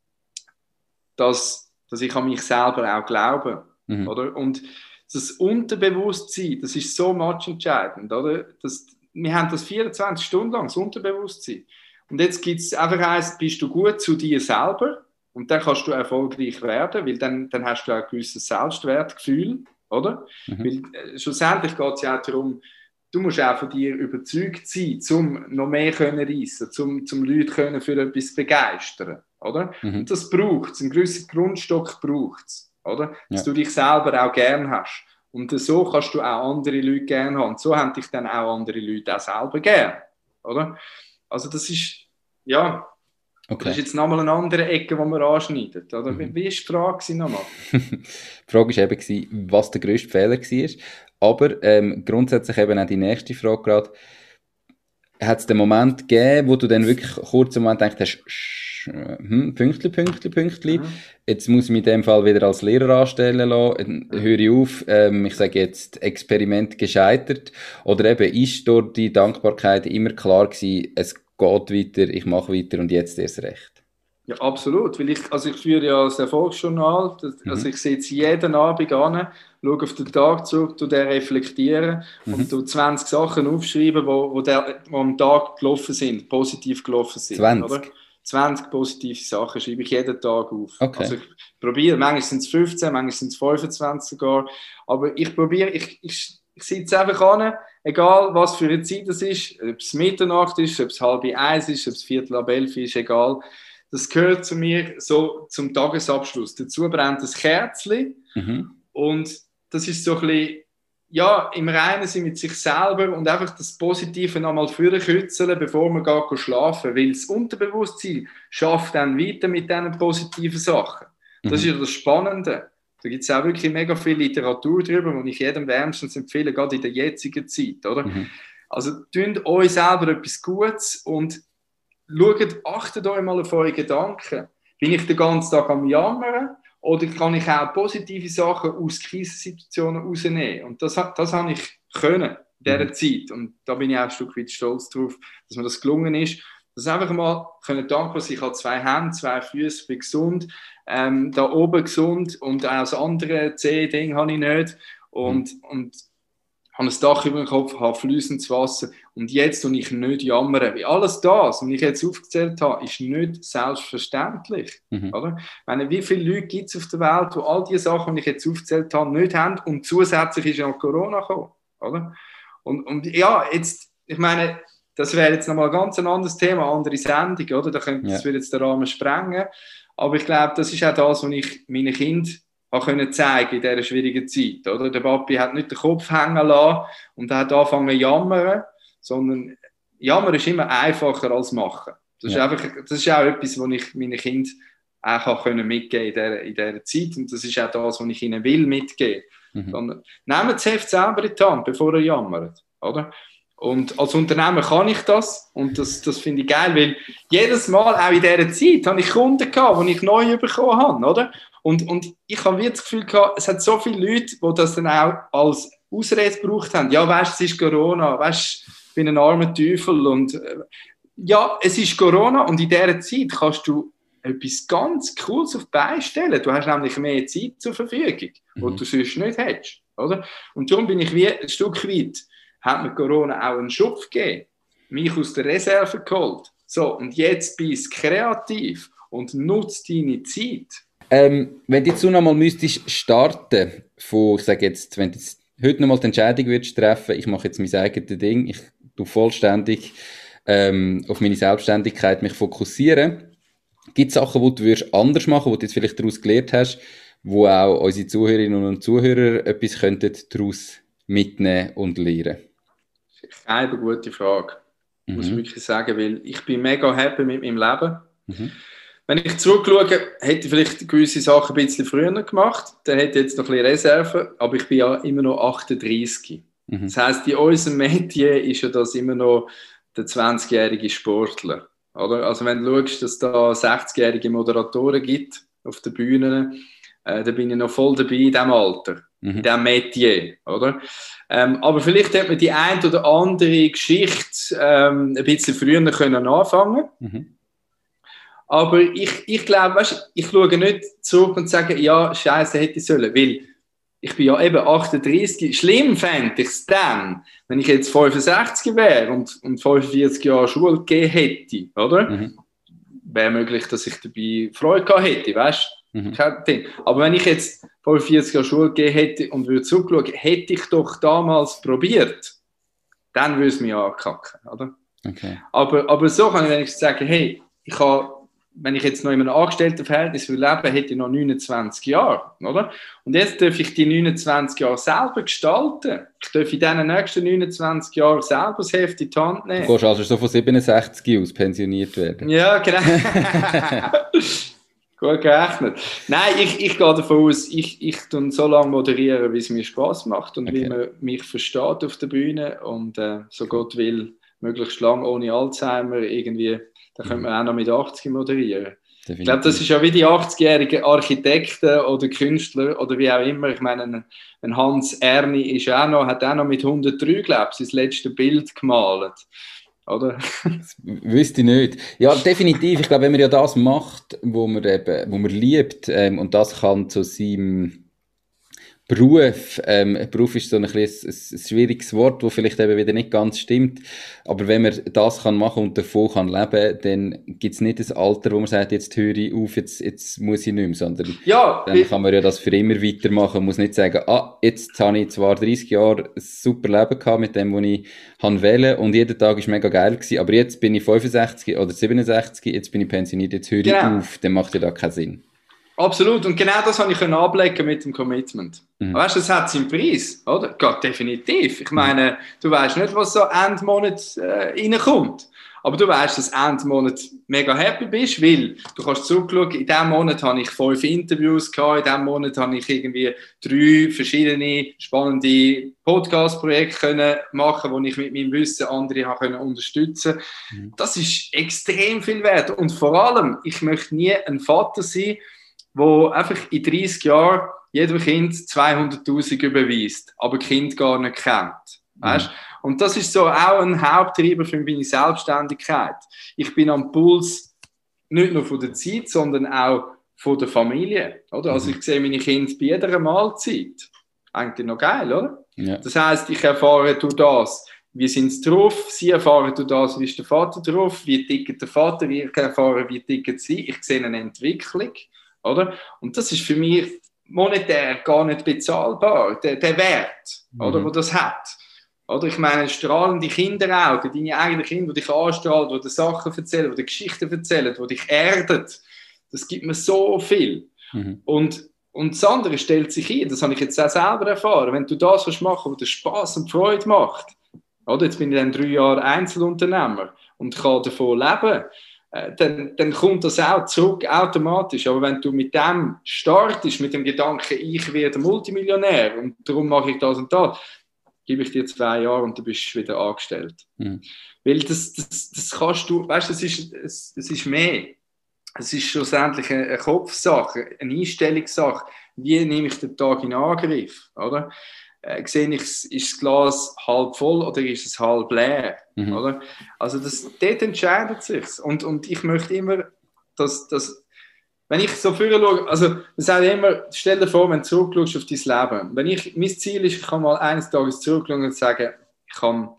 dass ich an mich selber auch glaube. Oder? Und das Unterbewusstsein, das ist so entscheidend. Oder? Wir haben das 24 Stunden lang, das Unterbewusstsein. Und jetzt gibt es einfach eins, bist du gut zu dir selber? Und dann kannst du erfolgreich werden, weil dann hast du auch ein gewisses Selbstwertgefühl, oder? Weil schlussendlich geht es ja auch darum, du musst auch von dir überzeugt sein, um noch mehr reissen können, um Leute für etwas begeistern, oder? Und das braucht es, einen gewissen Grundstock braucht es, oder? Dass du dich selber auch gern hast. Und so kannst du auch andere Leute gern haben. Und so haben dich dann auch andere Leute auch selber gern, oder? Also das ist, ja... Okay. Das ist jetzt nochmal eine andere Ecke, die wir anschneiden. Oder? Wie war die Frage nochmal? Die Frage war eben, was der grösste Fehler war. Aber grundsätzlich eben auch die nächste Frage gerade. Hat es den Moment gegeben, wo du dann wirklich kurz einen Moment gedacht hast, Pünktli. Jetzt muss ich mich in dem Fall wieder als Lehrer anstellen lassen. Höre ich auf, ich sage jetzt Experiment gescheitert. Oder eben, ist dort die Dankbarkeit immer klar gewesen, es geht weiter, ich mache weiter und jetzt erst recht. Ja, absolut, weil ich führe ja das Erfolgsjournal, also ich sitze jeden Abend an, schaue auf den Tag zurück, den reflektieren und 20 Sachen aufschreiben, die am Tag gelaufen sind, positiv gelaufen sind. 20? Oder? 20 positive Sachen schreibe ich jeden Tag auf. Okay. Also ich probiere, manchmal sind es 15, manchmal sind es 25 sogar, aber ich probiere, ich sitze einfach an, egal was für eine Zeit es ist, ob es Mitternacht ist, ob es 12:30 ist, ob es 10:45 ist, egal. Das gehört zu mir so zum Tagesabschluss. Dazu brennt ein Kerzchen und das ist so ein bisschen, ja, im Reinen sein mit sich selber und einfach das Positive nochmal vorkützeln, bevor man geht schlafen. Weil das Unterbewusstsein schafft dann weiter mit diesen positiven Sachen. Das ist ja das Spannende. Da gibt es auch wirklich mega viel Literatur darüber, die ich jedem wärmstens empfehle, gerade in der jetzigen Zeit. Oder? Also tut euch selber etwas Gutes und achtet euch mal auf eure Gedanken. Bin ich den ganzen Tag am Jammern oder kann ich auch positive Sachen aus Krisensituationen rausnehmen? Und das habe ich können in dieser Zeit. Und da bin ich auch ein Stück weit stolz drauf, dass mir das gelungen ist. Das einfach mal danken, dass ich habe 2 Hände, 2 Füße, bin gesund, da oben gesund und auch das andere C-Ding habe ich nicht. Und habe ein Dach über dem Kopf, habe fließendes Wasser und jetzt tue ich nicht jammern. Weil alles das, was ich jetzt aufgezählt habe, ist nicht selbstverständlich. Oder? Ich meine, wie viele Leute gibt es auf der Welt, die all die Sachen, die ich jetzt aufgezählt habe, nicht haben und zusätzlich ist ja Corona gekommen. Oder? Und ja, jetzt, ich meine, das wäre jetzt nochmal ganz ein anderes Thema, eine andere Sendung, oder? Das würde jetzt den Rahmen sprengen. Aber ich glaube, das ist auch das, was ich meinen Kindern können zeigen in dieser schwierigen Zeit. Oder? Der Papi hat nicht den Kopf hängen lassen und hat angefangen zu jammern, sondern Jammern ist immer einfacher als machen. Das ist auch etwas, was ich meinen Kindern auch mitgeben kann in dieser Zeit. Und das ist auch das, was ich ihnen will mitgeben. Nehmt das Heft selber in die Hand, bevor ihr jammert. Oder? Und als Unternehmer kann ich das und das finde ich geil, weil jedes Mal, auch in dieser Zeit, habe ich Kunden gehabt, die ich neu bekommen habe, oder? Und ich habe wirklich das Gefühl gehabt, es hat so viele Leute, die das dann auch als Ausrede gebraucht haben. Ja, weißt du, es ist Corona, weißt du, ich bin ein armer Teufel und ja, es ist Corona und in dieser Zeit kannst du etwas ganz Cooles auf die Beine stellen. Du hast nämlich mehr Zeit zur Verfügung, die du sonst nicht hättest, oder? Und darum bin ich wie ein Stück weit, hat mir Corona auch einen Schubs gegeben, mich aus der Reserve geholt. So, und jetzt bist du kreativ und nutzt deine Zeit. Wenn du jetzt noch mal müsstest starten, ich sage jetzt, wenn du jetzt heute noch mal die Entscheidung würdest treffen, ich mache jetzt mein eigenes Ding, ich tue vollständig auf meine Selbstständigkeit mich fokussieren. Gibt es Sachen, die du würdest anders machen, die du jetzt vielleicht daraus gelernt hast, wo auch unsere Zuhörerinnen und Zuhörer etwas könnten daraus mitnehmen und lernen? Eine gute Frage, muss ich wirklich sagen, weil ich bin mega happy mit meinem Leben. Wenn ich zurückschaue, hätte ich vielleicht gewisse Sachen ein bisschen früher gemacht, dann hätte ich jetzt noch ein bisschen Reserve, aber ich bin ja immer noch 38. Das heisst, in unserem Metier ist ja das immer noch der 20-jährige Sportler. Oder? Also wenn du schaust, dass es da 60-jährige Moderatoren gibt auf den Bühnen, dann bin ich noch voll dabei in diesem Alter. In diesem Metier, oder? Aber vielleicht hätte man die ein oder andere Geschichte ein bisschen früher anfangen können. Aber ich glaube, weißt, ich schaue nicht zurück und sage, ja, Scheiße, hätte ich sollen, weil ich bin ja eben 38. Schlimm fände ich es dann, wenn ich jetzt 65 wäre und 45 Jahre Schule gegeben hätte, oder? Wäre möglich, dass ich dabei Freude gehabt hätte, weißt du? Kein Ding. Aber wenn ich jetzt 45 Jahre Schule gegeben hätte und würde zurückschauen, hätte ich doch damals probiert, dann würde es mich ankacken, oder? Okay. Aber so kann ich wenigstens sagen, hey, wenn ich jetzt noch in einem Angestelltenverhältnis leben will, hätte ich noch 29 Jahre, oder? Und jetzt darf ich die 29 Jahre selber gestalten. Ich darf in diesen nächsten 29 Jahren selber das Heft in die Hand nehmen. Du gehst also so von 67 aus pensioniert werden. Ja, genau. Gut gerechnet. Nein, ich gehe davon aus, ich tue so lange moderieren, wie es mir Spass macht und wie man mich versteht auf der Bühne und so Gott will, möglichst lang ohne Alzheimer irgendwie. Da könnte man auch noch mit 80 moderieren. Definitiv. Ich glaube, das ist ja wie die 80-jährigen Architekten oder Künstler oder wie auch immer. Ich meine, ein Hans Erni hat auch noch mit 103, glaube ich, sein letztes Bild gemalt. oder? Das wüsste ich nicht. Ja, definitiv. Ich glaube, wenn man ja das macht, wo man liebt, und das kann zu seinem Beruf ist so ein bisschen ein schwieriges Wort, wo vielleicht eben wieder nicht ganz stimmt. Aber wenn man das kann machen und davon kann leben, dann gibt's nicht das Alter, wo man sagt, jetzt höre ich auf, jetzt muss ich nicht mehr, sondern Ja, dann kann man ja das für immer weitermachen. Man muss nicht sagen, jetzt habe ich zwar 30 Jahre ein super Leben gehabt mit dem, was ich wählen und jeden Tag ist mega geil gewesen, aber jetzt bin ich 65 oder 67, jetzt bin ich pensioniert, jetzt höre ich genau. auf. Dann macht ja da keinen Sinn. Absolut. Und genau das habe ich ablegen mit dem Commitment. Mhm. Weißt du, das hat seinen Preis, oder? Geht definitiv. Ich meine, du weißt nicht, was so Ende Monat reinkommt. Aber du weißt, dass Ende Monat mega happy bist, weil du kannst zurückschauen, in diesem Monat habe ich 5 Interviews gehabt, in diesem Monat habe ich irgendwie 3 verschiedene spannende Podcast-Projekte machen, wo ich mit meinem Wissen andere habe unterstützen konnte. Mhm. Das ist extrem viel wert. Und vor allem, ich möchte nie ein Vater sein, wo einfach in 30 Jahren jedem Kind 200'000 überweist, aber Kind gar nicht kennt. Weißt? Und das ist so auch ein Haupttreiber für meine Selbstständigkeit. Ich bin am Puls nicht nur von der Zeit, sondern auch von der Familie. Oder? Also ich sehe meine Kinder bei jeder Mahlzeit. Eigentlich noch geil, oder? Ja. Das heisst, ich erfahre durch das, wie sind sie drauf, sie erfahren durch das, wie ist der Vater drauf, wie tickt der Vater, ich erfahre, wie ticken sie. Ich sehe eine Entwicklung. Oder? Und das ist für mich monetär gar nicht bezahlbar, der Wert, oder, wo das hat. Oder? Ich meine, strahlende Kinderaugen, deine eigenen Kinder, die dich anstrahlen, die dir Sachen erzählen, die dir Geschichten erzählen, die dich erden, das gibt mir so viel. Mhm. Und das andere stellt sich ein, das habe ich jetzt auch selber erfahren, wenn du das machen, was dir Spass und Freude macht, oder? Jetzt bin ich dann 3 Jahre Einzelunternehmer und kann davon leben, dann kommt das auch zurück automatisch. Aber wenn du mit dem startest, mit dem Gedanken, ich werde Multimillionär und darum mache ich das und das, gebe ich dir 2 Jahre und du bist wieder angestellt. Mhm. Weil das kannst du, weißt du, es ist mehr. Es ist schlussendlich eine Kopfsache, eine Einstellungssache. Wie nehme ich den Tag in Angriff? Oder? Sehe ich, ist das Glas halb voll oder ist es halb leer? Mhm. Oder? Also dort entscheidet es sich. Und ich möchte immer, dass wenn ich so früher schaue, also man sagt immer, stell dir vor, wenn du zurückschaust auf dein Leben. Mein Ziel ist, ich kann mal eines Tages zurückschauen und sagen, ich habe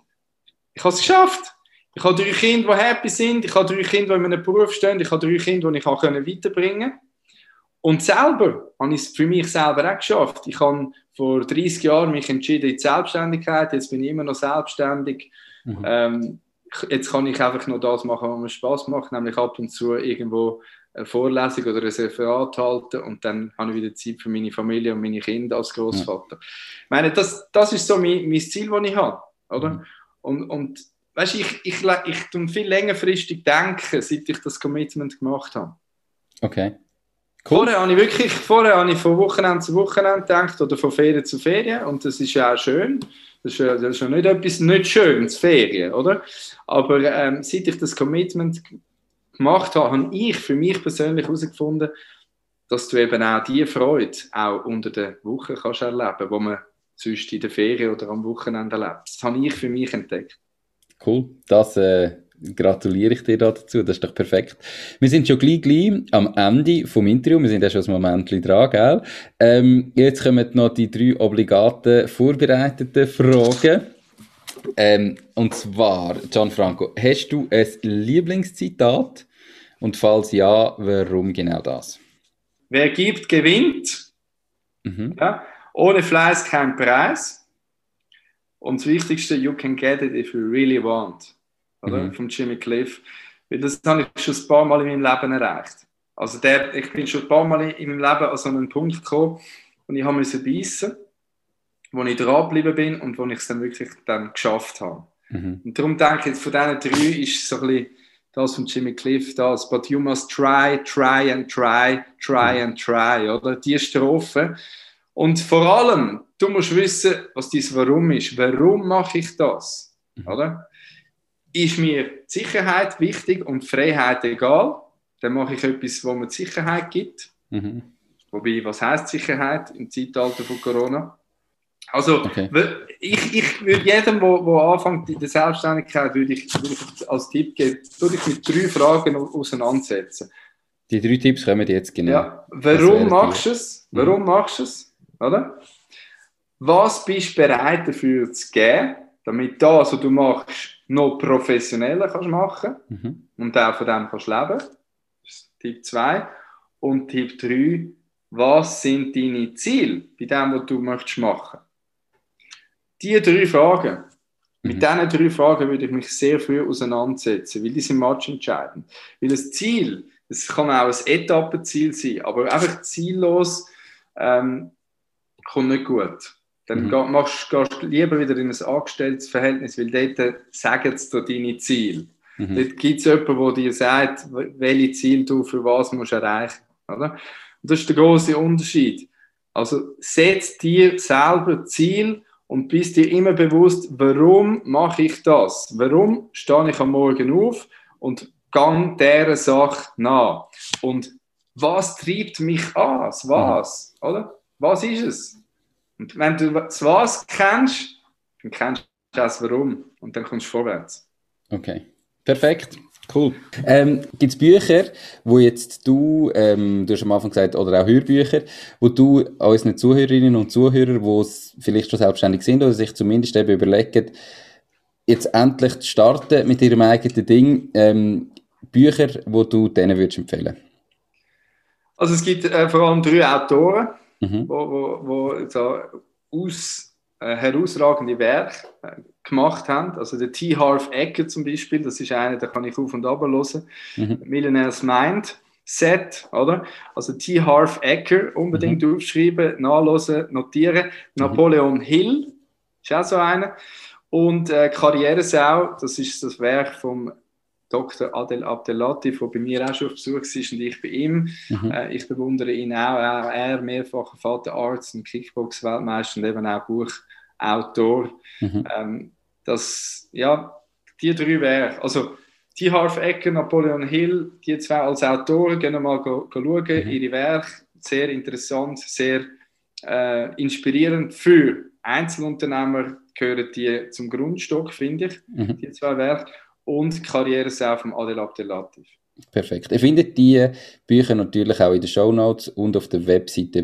es geschafft. Ich habe 3 Kinder, die happy sind, ich habe 3 Kinder, die in einem Beruf stehen, ich habe 3 Kinder, die ich weiterbringen kann. Und selber habe ich es für mich selber auch geschafft. Ich habe vor 30 Jahren mich entschieden in die Selbstständigkeit, jetzt bin ich immer noch selbstständig. Mhm. Jetzt kann ich einfach nur das machen, was mir Spass macht, nämlich ab und zu irgendwo eine Vorlesung oder ein Referat halten und dann habe ich wieder Zeit für meine Familie und meine Kinder als Großvater. Mhm. Ich meine, das ist so mein Ziel, das ich habe. Oder? Mhm. Und weißt, ich tue viel längerfristig denken, seit ich das Commitment gemacht habe. Okay. Cool. Vorher habe ich von Wochenende zu Wochenende gedacht oder von Ferien zu Ferien und das ist ja auch schön. Das ist ja nicht etwas nicht Schönes, Ferien, oder? Aber seit ich das Commitment gemacht habe, habe ich für mich persönlich herausgefunden, dass du eben auch diese Freude auch unter der Woche kannst erleben, wo man sonst in der Ferien oder am Wochenende erlebt. Das habe ich für mich entdeckt. Cool, das gratuliere ich dir dazu, das ist doch perfekt. Wir sind schon gleich am Ende vom Interview, wir sind ja schon ein Moment dran, gell? Jetzt kommen noch die 3 obligaten vorbereiteten Fragen. Und zwar, Gianfranco, hast du ein Lieblingszitat? Und falls ja, warum genau das? Wer gibt, gewinnt. Mhm. Ja? Ohne Fleiß kein Preis. Und das Wichtigste, you can get it if you really want. Oder? Mhm. Von Jimmy Cliff. Weil das habe ich schon ein paar Mal in meinem Leben erreicht. Also ich bin schon ein paar Mal in meinem Leben an so einen Punkt gekommen, wo ich beißen musste, wo ich dran geblieben bin und wo ich es dann wirklich dann geschafft habe. Mhm. Und darum denke ich, von diesen 3 ist so ein bisschen das von Jimmy Cliff, das But you must try, try and try, try and try, oder? Die Strophe. Und vor allem, du musst wissen, was dein Warum ist. Warum mache ich das? Mhm. Oder? Ist mir die Sicherheit wichtig und die Freiheit egal, dann mache ich etwas, wo mir die Sicherheit gibt. Mhm. Wobei, was heisst Sicherheit im Zeitalter von Corona? Also, Okay. ich würde jedem, der anfängt in der Selbstständigkeit, würde ich als Tipp geben, würde ich mit 3 Fragen auseinandersetzen. Die 3 Tipps kommen jetzt genau. Ja, warum machst du es? Warum machst du es? Oder? Was bist du bereit dafür zu geben, damit das, was du machst, noch professioneller kannst machen und auch von dem kannst leben? Das ist Tipp 2. Und Tipp 3, was sind deine Ziele bei dem, was du möchtest machen? Diese 3 Fragen, mit diesen 3 Fragen würde ich mich sehr früh auseinandersetzen, weil die sind matchentscheidend. Weil das Ziel, das kann auch ein Etappenziel sein, aber einfach ziellos kommt nicht gut. Dann gehst du lieber wieder in ein Angestelltenverhältnis, weil dort sagen sie dir deine Ziele. Dort gibt es jemanden, der dir sagt, welche Ziele du für was musst erreichen musst. Oder? Und das ist der grosse Unterschied. Also setz dir selber Ziel und bist dir immer bewusst, warum mache ich das? Warum stehe ich am Morgen auf und gehe dieser Sache nach? Und was treibt mich an? Was? Oder? Was ist es? Und wenn du das Was kennst, dann kennst du das Warum und dann kommst du vorwärts. Okay, perfekt. Cool. Gibt es Bücher, wo jetzt du hast am Anfang gesagt, oder auch Hörbücher, wo du unseren Zuhörerinnen und Zuhörern, die vielleicht schon selbstständig sind oder sich zumindest eben überlegen, jetzt endlich zu starten mit ihrem eigenen Ding, Bücher, die du denen würdest empfehlen? Also es gibt vor allem 3 Autoren, die so herausragende Werke gemacht haben. Also der T. Harv Eker zum Beispiel, das ist einer, den kann ich auf und ab hören. Millionaire's Mindset, oder? Also T. Harv Eker, unbedingt aufschreiben, nachlesen, notieren. Napoleon Hill ist auch so einer. Und Karrieresau, das ist das Werk vom Dr. Adel Abdelatif, der bei mir auch schon auf Besuch ist und ich bei ihm. Ich bewundere ihn auch. Er mehrfacher Vaterarzt und Kickbox-Weltmeister und eben auch Buchautor. Die 3 Werke. Also T. Harv Eker, Napoleon Hill, die 2 als Autoren, gehen wir mal schauen, ihre Werke. Sehr interessant, sehr inspirierend für Einzelunternehmer, gehören die zum Grundstock, finde ich, die 2 Werke. Und Karrieresau vom Adel Abdelatif. Perfekt. Ihr findet die Bücher natürlich auch in den Shownotes und auf der Webseite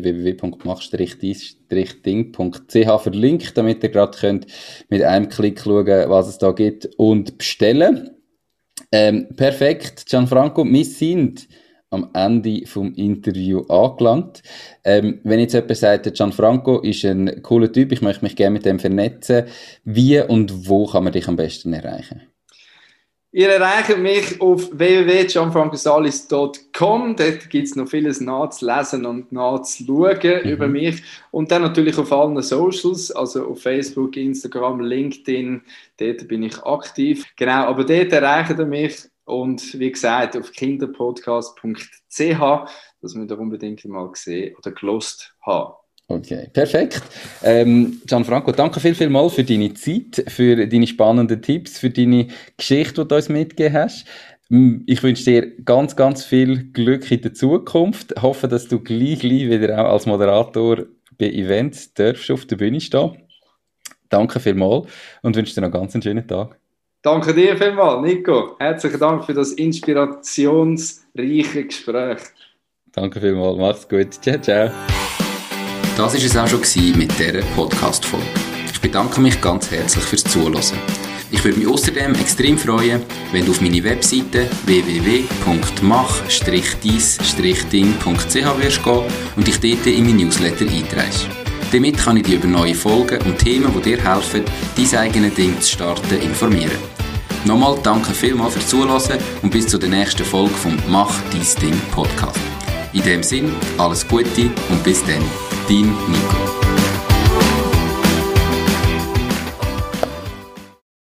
www.mach-ding.ch verlinkt, damit ihr gerade könnt mit einem Klick schauen, was es da gibt und bestellen. Perfekt, Gianfranco, wir sind am Ende vom Interview angelangt. Wenn jetzt jemand sagt, Gianfranco ist ein cooler Typ, ich möchte mich gerne mit dem vernetzen, wie und wo kann man dich am besten erreichen? Ihr erreicht mich auf www.gianfrancosalis.com. Dort gibt es noch vieles nachzulesen und nachzuschauen über mich. Und dann natürlich auf allen Socials, also auf Facebook, Instagram, LinkedIn. Dort bin ich aktiv. Genau, aber dort erreicht ihr mich. Und wie gesagt, auf kinderpodcast.ch, dass wir da unbedingt mal gesehen oder gelost haben. Okay, perfekt. Gianfranco, danke vielmals für deine Zeit, für deine spannenden Tipps, für deine Geschichte, die du uns mitgegeben hast. Ich wünsche dir ganz, ganz viel Glück in der Zukunft. Ich hoffe, dass du gleich wieder auch als Moderator bei Events darfst auf der Bühne stehen. Danke vielmals und wünsche dir noch ganz einen schönen Tag. Danke dir vielmals, Nico. Herzlichen Dank für das inspirationsreiche Gespräch. Danke vielmals, mach's gut. Ciao, ciao. Das war es auch schon mit dieser Podcast-Folge. Ich bedanke mich ganz herzlich fürs Zuhören. Ich würde mich außerdem extrem freuen, wenn du auf meine Webseite www.mach-dies-ding.ch wirst gehen und dich dort in mein Newsletter einträgst. Damit kann ich dich über neue Folgen und Themen, die dir helfen, dein eigenes Ding zu starten, informieren. Nochmal danke vielmals fürs Zuhören und bis zur nächsten Folge vom Mach Dies Ding Podcast. In dem Sinn, alles Gute und bis dann, dein Nico.